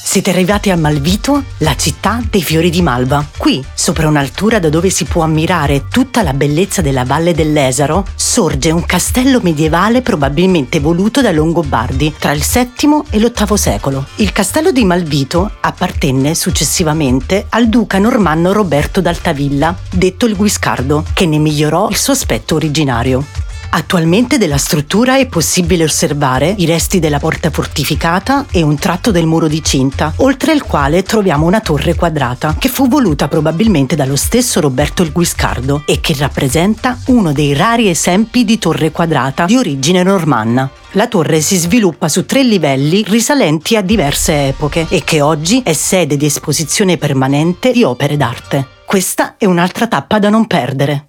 Siete arrivati a Malvito, la città dei fiori di malva. Qui, sopra un'altura da dove si può ammirare tutta la bellezza della valle dell'Esaro, sorge un castello medievale probabilmente voluto dai Longobardi tra il VII e l'VIII secolo. Il castello di Malvito appartenne successivamente al duca normanno Roberto d'Altavilla, detto il Guiscardo, che ne migliorò il suo aspetto originario. Attualmente della struttura è possibile osservare i resti della porta fortificata e un tratto del muro di cinta, oltre al quale troviamo una torre quadrata, che fu voluta probabilmente dallo stesso Roberto il Guiscardo e che rappresenta uno dei rari esempi di torre quadrata di origine normanna. La torre si sviluppa su 3 livelli risalenti a diverse epoche e che oggi è sede di esposizione permanente di opere d'arte. Questa è un'altra tappa da non perdere.